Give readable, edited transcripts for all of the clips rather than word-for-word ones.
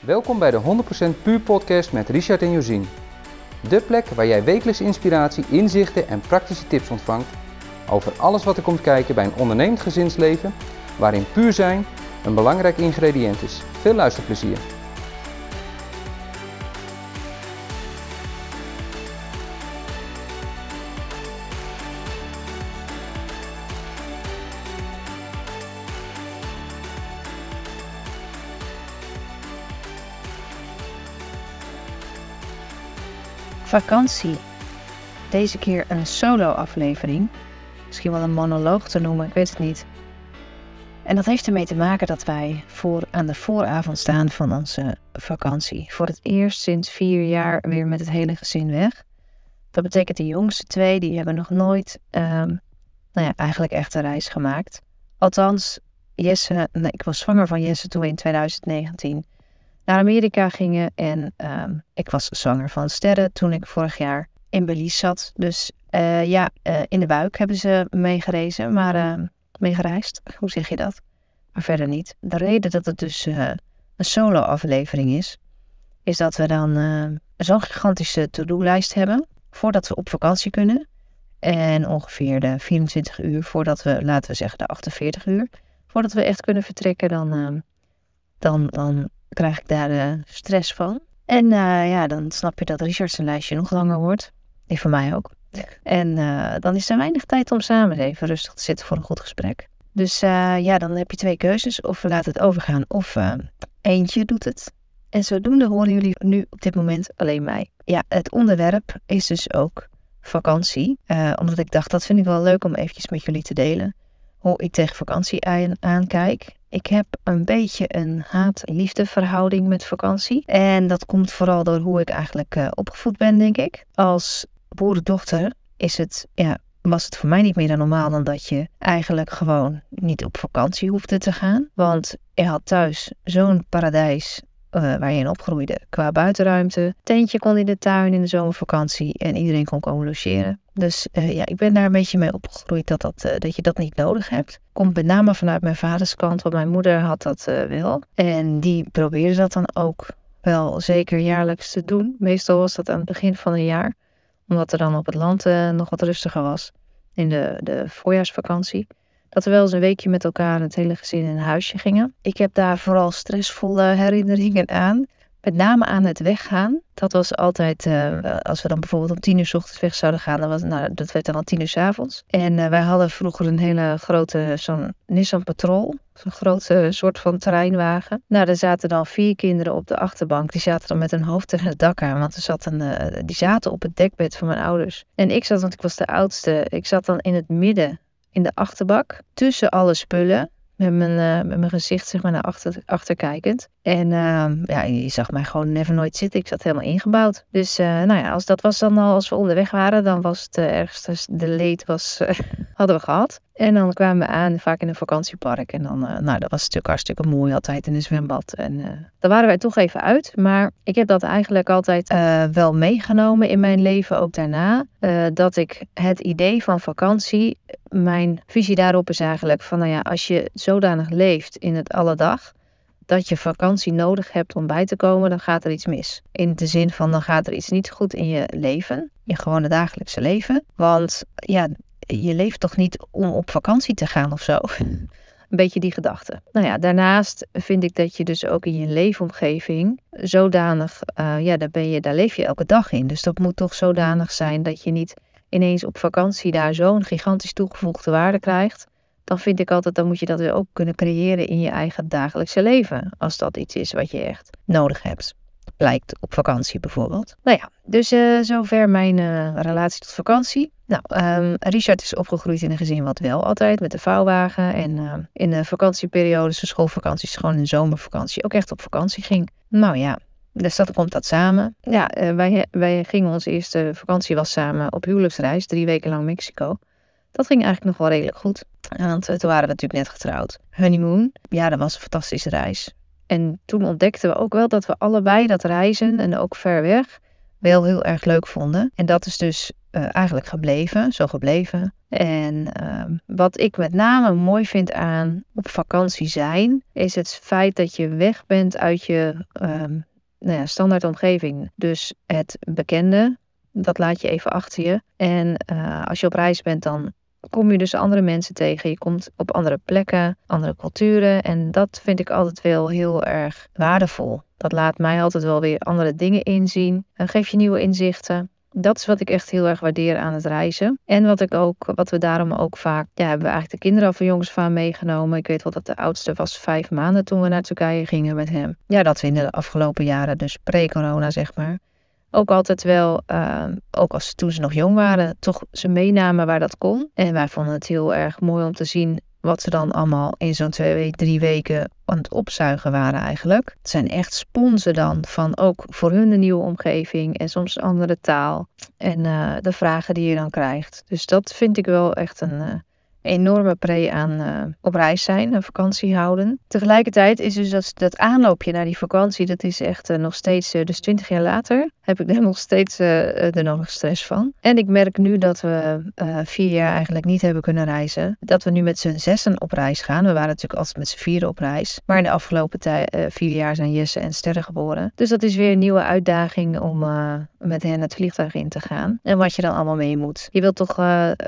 Welkom bij de 100% Puur podcast met Richard en Josien. De plek waar jij wekelijks inspiratie, inzichten en praktische tips ontvangt over alles wat er komt kijken bij een ondernemend gezinsleven, waarin puur zijn een belangrijk ingrediënt is. Veel luisterplezier. Vakantie. Deze keer een solo-aflevering. Misschien wel een monoloog te noemen, ik weet het niet. En dat heeft ermee te maken dat wij aan de vooravond staan van onze vakantie. Voor het eerst sinds 4 jaar weer met het hele gezin weg. Dat betekent de jongste 2, die hebben nog nooit eigenlijk echt een reis gemaakt. Althans, ik was zwanger van Jesse toen we in 2019 naar Amerika gingen. En ik was zwanger van Sterre toen ik vorig jaar in Belize zat. Dus in de buik hebben ze meegereisd. Hoe zeg je dat? Maar verder niet. De reden dat het dus een solo-aflevering is dat we dan zo'n gigantische to-do-lijst hebben voordat we op vakantie kunnen. En ongeveer de 24 uur voordat we, laten we zeggen de 48 uur, voordat we echt kunnen vertrekken, dan krijg ik daar de stress van. En dan snap je dat Richard zijn lijstje nog langer wordt. Die van mij ook. En dan is er weinig tijd om samen even rustig te zitten voor een goed gesprek. Dus dan heb je 2 keuzes. Of we laten het overgaan, of eentje doet het. En zodoende horen jullie nu op dit moment alleen mij. Ja, het onderwerp is dus ook vakantie. Omdat ik dacht, dat vind ik wel leuk om eventjes met jullie te delen. Hoe ik tegen vakantie aankijk. Ik heb een beetje een haat-liefde verhouding met vakantie. En dat komt vooral door hoe ik eigenlijk opgevoed ben, denk ik. Als boerendochter was het voor mij niet meer dan normaal dan dat je eigenlijk gewoon niet op vakantie hoefde te gaan. Want je had thuis zo'n paradijs waar je in opgroeide qua buitenruimte. Tentje kon in de tuin in de zomervakantie en iedereen kon komen logeren. Dus ik ben daar een beetje mee opgegroeid dat je dat niet nodig hebt. Komt met name vanuit mijn vaders kant, want mijn moeder had dat wel. En die probeerde dat dan ook wel zeker jaarlijks te doen. Meestal was dat aan het begin van een jaar, omdat er dan op het land nog wat rustiger was in de voorjaarsvakantie. Dat we wel eens een weekje met elkaar het hele gezin in een huisje gingen. Ik heb daar vooral stressvolle herinneringen aan. Met name aan het weggaan. Dat was altijd, als we dan bijvoorbeeld om 10 uur 's ochtends weg zouden gaan, dat werd dan al 10 uur 's avonds. En wij hadden vroeger een hele grote, zo'n Nissan Patrol. Zo'n grote soort van terreinwagen. Nou, er zaten dan 4 kinderen op de achterbank. Die zaten dan met hun hoofd tegen het dak aan. Want die zaten op het dekbed van mijn ouders. En ik zat, want ik was de oudste, ik zat dan in het midden in de achterbak. Tussen alle spullen. Met mijn gezicht zeg maar naar achter kijkend. En je zag mij gewoon never nooit zitten. Ik zat helemaal ingebouwd. Dus als dat was dan al, als we onderweg waren, dan was het ergste, de leed hadden we gehad. En dan kwamen we aan, vaak in een vakantiepark. En dan, dat was natuurlijk hartstikke mooi, altijd in een zwembad. En daar waren wij toch even uit. Maar ik heb dat eigenlijk altijd wel meegenomen in mijn leven, ook daarna. Dat ik het idee van vakantie, mijn visie daarop is eigenlijk van, als je zodanig leeft in het alledag, dat je vakantie nodig hebt om bij te komen, dan gaat er iets mis. In de zin van, dan gaat er iets niet goed in je leven, je gewone dagelijkse leven. Want je leeft toch niet om op vakantie te gaan of zo. Een beetje die gedachte. Daarnaast vind ik dat je dus ook in je leefomgeving zodanig, daar leef je elke dag in. Dus dat moet toch zodanig zijn dat je niet ineens op vakantie daar zo'n gigantisch toegevoegde waarde krijgt. Dan vind ik altijd, dan moet je dat weer ook kunnen creëren in je eigen dagelijkse leven. Als dat iets is wat je echt nodig hebt. Lijkt op vakantie bijvoorbeeld. Dus zover mijn relatie tot vakantie. Richard is opgegroeid in een gezin wat wel altijd met de vouwwagen. En in de vakantieperiodes, de schoolvakanties, gewoon in de zomervakantie, ook echt op vakantie ging. Dus dat komt dat samen. Wij gingen onze eerste vakantie was samen op huwelijksreis, 3 weken lang Mexico. Dat ging eigenlijk nog wel redelijk goed. Want toen waren we natuurlijk net getrouwd. Honeymoon, dat was een fantastische reis. En toen ontdekten we ook wel dat we allebei dat reizen en ook ver weg wel heel erg leuk vonden. En dat is dus eigenlijk gebleven. En wat ik met name mooi vind aan op vakantie zijn, is het feit dat je weg bent uit je standaard omgeving. Dus het bekende, dat laat je even achter je. En als je op reis bent, dan kom je dus andere mensen tegen. Je komt op andere plekken, andere culturen. En dat vind ik altijd wel heel erg waardevol. Dat laat mij altijd wel weer andere dingen inzien. En geeft je nieuwe inzichten. Dat is wat ik echt heel erg waardeer aan het reizen. En wat we daarom ook vaak, hebben we eigenlijk de kinderen al van jongs af aan meegenomen. Ik weet wel dat de oudste was 5 maanden toen we naar Turkije gingen met hem. Ja, dat we in de afgelopen jaren, dus pre-corona zeg maar, ook altijd wel, ook toen ze nog jong waren, toch ze meenamen waar dat kon. En wij vonden het heel erg mooi om te zien wat ze dan allemaal in zo'n 3 weken aan het opzuigen waren eigenlijk. Het zijn echt sponsen dan van ook voor hun een nieuwe omgeving en soms een andere taal. En de vragen die je dan krijgt. Dus dat vind ik wel echt een enorme pre aan op reis zijn, een vakantie houden. Tegelijkertijd is dus dat aanloopje naar die vakantie, dat is echt nog steeds, dus 20 jaar later, heb ik er nog steeds de nodige stress van. En ik merk nu dat we 4 jaar eigenlijk niet hebben kunnen reizen. Dat we nu met z'n 6 op reis gaan. We waren natuurlijk altijd met z'n 4 op reis. Maar in de afgelopen 4 jaar zijn Jesse en Sterre geboren. Dus dat is weer een nieuwe uitdaging om met hen het vliegtuig in te gaan. En wat je dan allemaal mee moet. Je wilt toch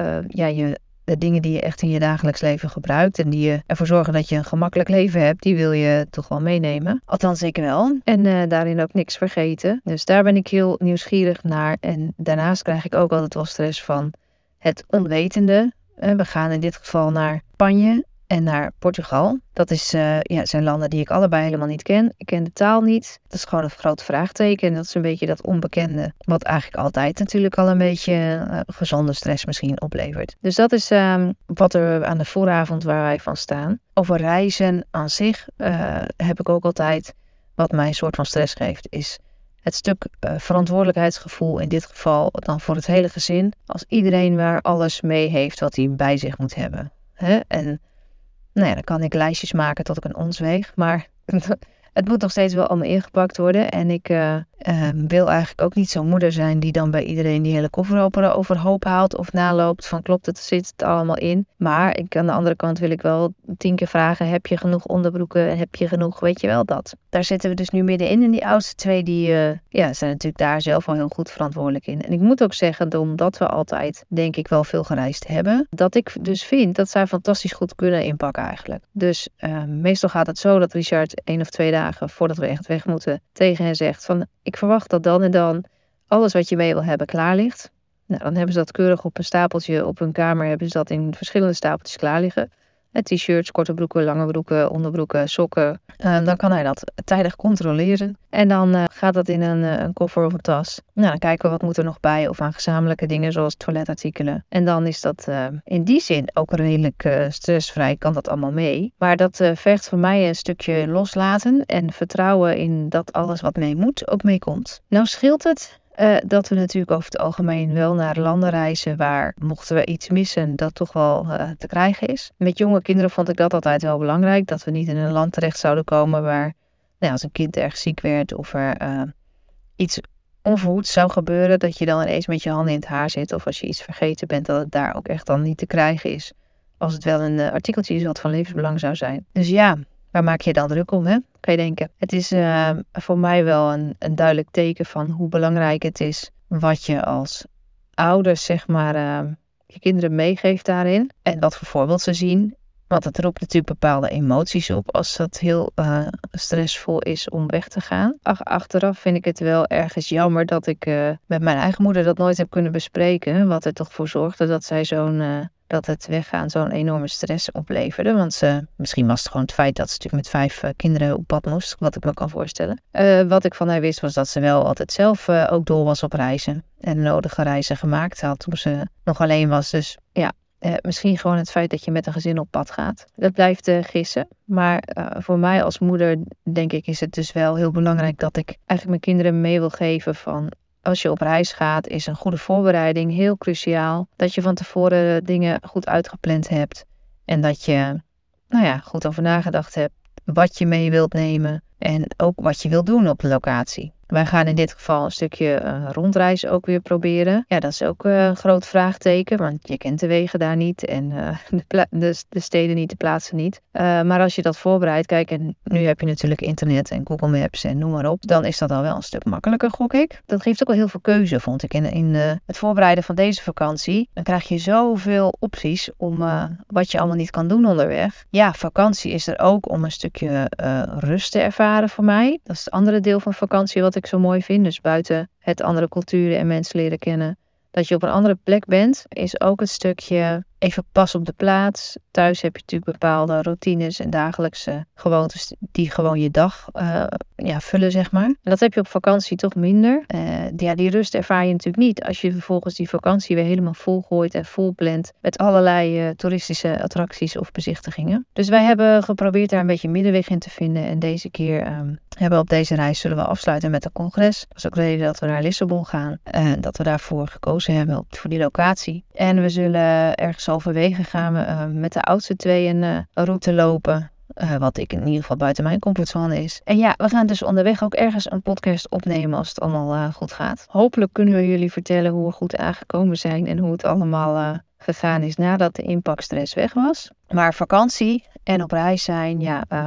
de dingen die je echt in je dagelijks leven gebruikt en die je ervoor zorgen dat je een gemakkelijk leven hebt, die wil je toch wel meenemen. Althans, ik wel. En daarin ook niks vergeten. Dus daar ben ik heel nieuwsgierig naar. En daarnaast krijg ik ook altijd wel stress van het onwetende. We gaan in dit geval naar Spanje en naar Portugal. Dat zijn landen die ik allebei helemaal niet ken. Ik ken de taal niet. Dat is gewoon een groot vraagteken. En dat is een beetje dat onbekende. Wat eigenlijk altijd natuurlijk al een beetje gezonde stress misschien oplevert. Dus dat is wat er aan de vooravond waar wij van staan. Over reizen aan zich heb ik ook altijd, wat mij een soort van stress geeft, is het stuk verantwoordelijkheidsgevoel, in dit geval dan voor het hele gezin. Als iedereen maar alles mee heeft wat hij bij zich moet hebben. En dan kan ik lijstjes maken tot ik een ons weeg. Maar het moet nog steeds wel allemaal ingepakt worden. En ik wil eigenlijk ook niet zo'n moeder zijn die dan bij iedereen die hele koffer overhoop haalt of naloopt van klopt het, zit het allemaal in. Maar aan de andere kant wil ik wel 10 keer vragen, heb je genoeg onderbroeken? Heb je genoeg, weet je wel dat? Daar zitten we dus nu middenin. En die oudste 2 die zijn natuurlijk daar zelf al heel goed verantwoordelijk in. En ik moet ook zeggen, omdat we altijd denk ik wel veel gereisd hebben, dat ik dus vind dat zij fantastisch goed kunnen inpakken eigenlijk. Dus meestal gaat het zo dat Richard 1 of 2 dagen voordat we echt weg moeten tegen hen zegt van ik verwacht dat dan en dan alles wat je mee wil hebben klaar ligt. Nou, dan hebben ze dat keurig op een stapeltje op hun kamer, hebben ze dat in verschillende stapeltjes klaar liggen. T-shirts, korte broeken, lange broeken, onderbroeken, sokken. Dan kan hij dat tijdig controleren. En dan gaat dat in een koffer of een tas. Nou, dan kijken we wat moet er nog bij of aan gezamenlijke dingen zoals toiletartikelen. En dan is dat in die zin ook redelijk stressvrij, kan dat allemaal mee. Maar dat vergt voor mij een stukje loslaten en vertrouwen in dat alles wat mee moet ook meekomt. Nou scheelt het dat we natuurlijk over het algemeen wel naar landen reizen waar, mochten we iets missen, dat toch wel te krijgen is. Met jonge kinderen vond ik dat altijd wel belangrijk, dat we niet in een land terecht zouden komen waar, als een kind erg ziek werd of er iets onverhoeds zou gebeuren, dat je dan ineens met je handen in het haar zit of als je iets vergeten bent, dat het daar ook echt dan niet te krijgen is. Als het wel een artikeltje is wat van levensbelang zou zijn. Dus ja, waar maak je dan druk om, hè? Kan je denken. Het is voor mij wel een duidelijk teken van hoe belangrijk het is wat je als ouders, zeg maar, je kinderen meegeeft daarin. En wat voor voorbeeld ze zien. Want het roept natuurlijk bepaalde emoties op als dat heel stressvol is om weg te gaan. Achteraf vind ik het wel ergens jammer dat ik met mijn eigen moeder dat nooit heb kunnen bespreken. Wat er toch voor zorgde dat zij dat het weggaan zo'n enorme stress opleverde. Want misschien was het gewoon het feit dat ze natuurlijk met 5 kinderen op pad moest, wat ik me kan voorstellen. Wat ik van haar wist was dat ze wel altijd zelf ook dol was op reizen. En de nodige reizen gemaakt had toen ze nog alleen was. Dus ja, misschien gewoon het feit dat je met een gezin op pad gaat. Dat blijft gissen. Maar voor mij als moeder denk ik is het dus wel heel belangrijk dat ik eigenlijk mijn kinderen mee wil geven van als je op reis gaat, is een goede voorbereiding heel cruciaal. Dat je van tevoren dingen goed uitgepland hebt. En dat je goed over nagedacht hebt wat je mee wilt nemen. En ook wat je wilt doen op de locatie. Wij gaan in dit geval een stukje rondreis ook weer proberen. Ja, dat is ook een groot vraagteken, want je kent de wegen daar niet en de steden niet, de plaatsen niet. Maar als je dat voorbereidt, kijk, en nu heb je natuurlijk internet en Google Maps en noem maar op, dan is dat al wel een stuk makkelijker, gok ik. Dat geeft ook wel heel veel keuze, vond ik, in het voorbereiden van deze vakantie. Dan krijg je zoveel opties om wat je allemaal niet kan doen onderweg. Ja, vakantie is er ook om een stukje rust te ervaren voor mij. Dat is het andere deel van vakantie wat ik zo mooi vind. Dus buiten het andere culturen en mensen leren kennen, dat je op een andere plek bent, is ook het stukje even pas op de plaats. Thuis heb je natuurlijk bepaalde routines en dagelijkse gewoontes die gewoon je dag vullen, zeg maar. En dat heb je op vakantie toch minder. Die rust ervaar je natuurlijk niet als je vervolgens die vakantie weer helemaal volgooit en volplant met allerlei toeristische attracties of bezichtigingen. Dus wij hebben geprobeerd daar een beetje middenweg in te vinden. En deze keer op deze reis zullen we afsluiten met een congres. Dat is ook de reden dat we naar Lissabon gaan. En dat we daarvoor gekozen hebben voor die locatie. En we zullen ergens halverwege gaan we met de oudste twee een route lopen. Wat ik in ieder geval buiten mijn comfortzone is. En ja, we gaan dus onderweg ook ergens een podcast opnemen als het allemaal goed gaat. Hopelijk kunnen we jullie vertellen hoe we goed aangekomen zijn en hoe het allemaal gegaan is nadat de impactstress weg was. Maar vakantie en op reis zijn,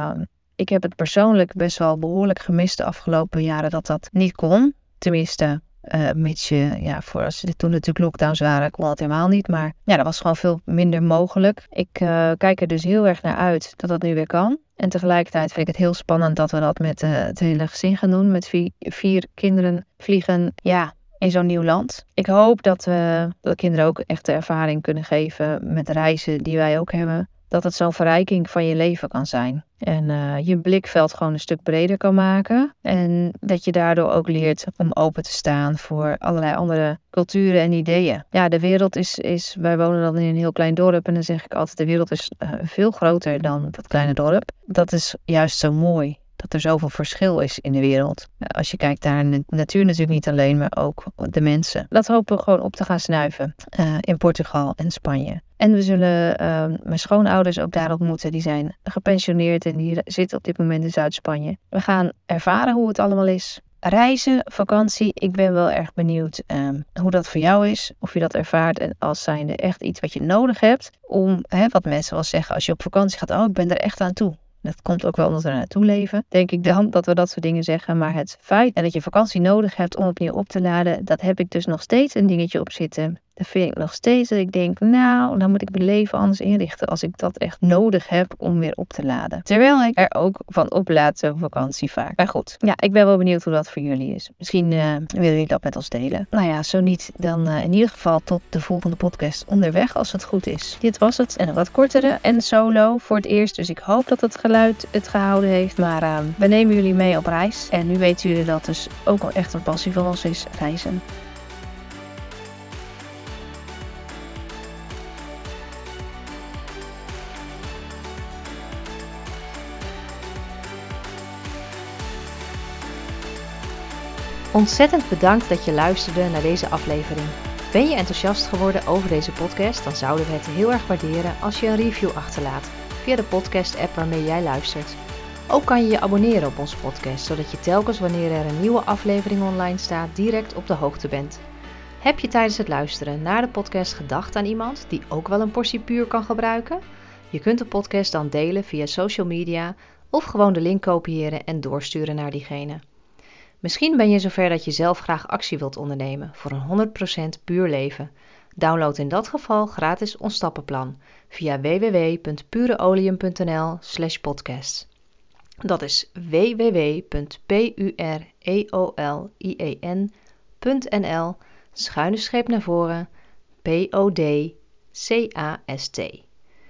ik heb het persoonlijk best wel behoorlijk gemist de afgelopen jaren dat niet kon. Tenminste, mits je, als er toen natuurlijk lockdowns waren, kon dat helemaal niet. Maar ja, dat was gewoon veel minder mogelijk. Ik kijk er dus heel erg naar uit dat dat nu weer kan. En tegelijkertijd vind ik het heel spannend dat we dat met het hele gezin gaan doen. Met 4 kinderen vliegen, in zo'n nieuw land. Ik hoop dat de kinderen ook echt de ervaring kunnen geven met reizen die wij ook hebben. Dat het zo'n verrijking van je leven kan zijn. En je blikveld gewoon een stuk breder kan maken. En dat je daardoor ook leert om open te staan voor allerlei andere culturen en ideeën. Ja, de wereld is wij wonen dan in een heel klein dorp. En dan zeg ik altijd, de wereld is veel groter dan dat kleine dorp. Dat is juist zo mooi. Dat er zoveel verschil is in de wereld. Als je kijkt naar de natuur natuurlijk niet alleen, maar ook de mensen. Dat hopen we gewoon op te gaan snuiven in Portugal en Spanje. En we zullen mijn schoonouders ook daar ontmoeten. Die zijn gepensioneerd en die zitten op dit moment in Zuid-Spanje. We gaan ervaren hoe het allemaal is. Reizen, vakantie, ik ben wel erg benieuwd hoe dat voor jou is. Of je dat ervaart en als zijnde echt iets wat je nodig hebt. Om, wat mensen wel zeggen, als je op vakantie gaat, ik ben er echt aan toe. Dat komt ook wel omdat we er naartoe leven. Denk ik dan dat we dat soort dingen zeggen. Maar het feit dat je vakantie nodig hebt om opnieuw op te laden, dat heb ik dus nog steeds een dingetje op zitten. Dat vind ik nog steeds dat ik denk, dan moet ik mijn leven anders inrichten als ik dat echt nodig heb om weer op te laden. Terwijl ik er ook van oplaad zo'n vakantie vaak. Maar goed, ik ben wel benieuwd hoe dat voor jullie is. Misschien willen jullie dat met ons delen. Zo niet, dan in ieder geval tot de volgende podcast onderweg als het goed is. Dit was het. En een wat kortere en solo voor het eerst. Dus ik hoop dat het geluid het gehouden heeft. Maar we nemen jullie mee op reis. En nu weten jullie dat dus ook wel echt een passie van ons is, reizen. Ontzettend bedankt dat je luisterde naar deze aflevering. Ben je enthousiast geworden over deze podcast? Dan zouden we het heel erg waarderen als je een review achterlaat via de podcast-app waarmee jij luistert. Ook kan je je abonneren op onze podcast, zodat je telkens wanneer er een nieuwe aflevering online staat direct op de hoogte bent. Heb je tijdens het luisteren naar de podcast gedacht aan iemand die ook wel een portie puur kan gebruiken? Je kunt de podcast dan delen via social media of gewoon de link kopiëren en doorsturen naar diegene. Misschien ben je zover dat je zelf graag actie wilt ondernemen voor een 100% puur leven. Download in dat geval gratis ons stappenplan via www.pureolium.nl/podcast. Dat is www.pureolien.nl/podcast.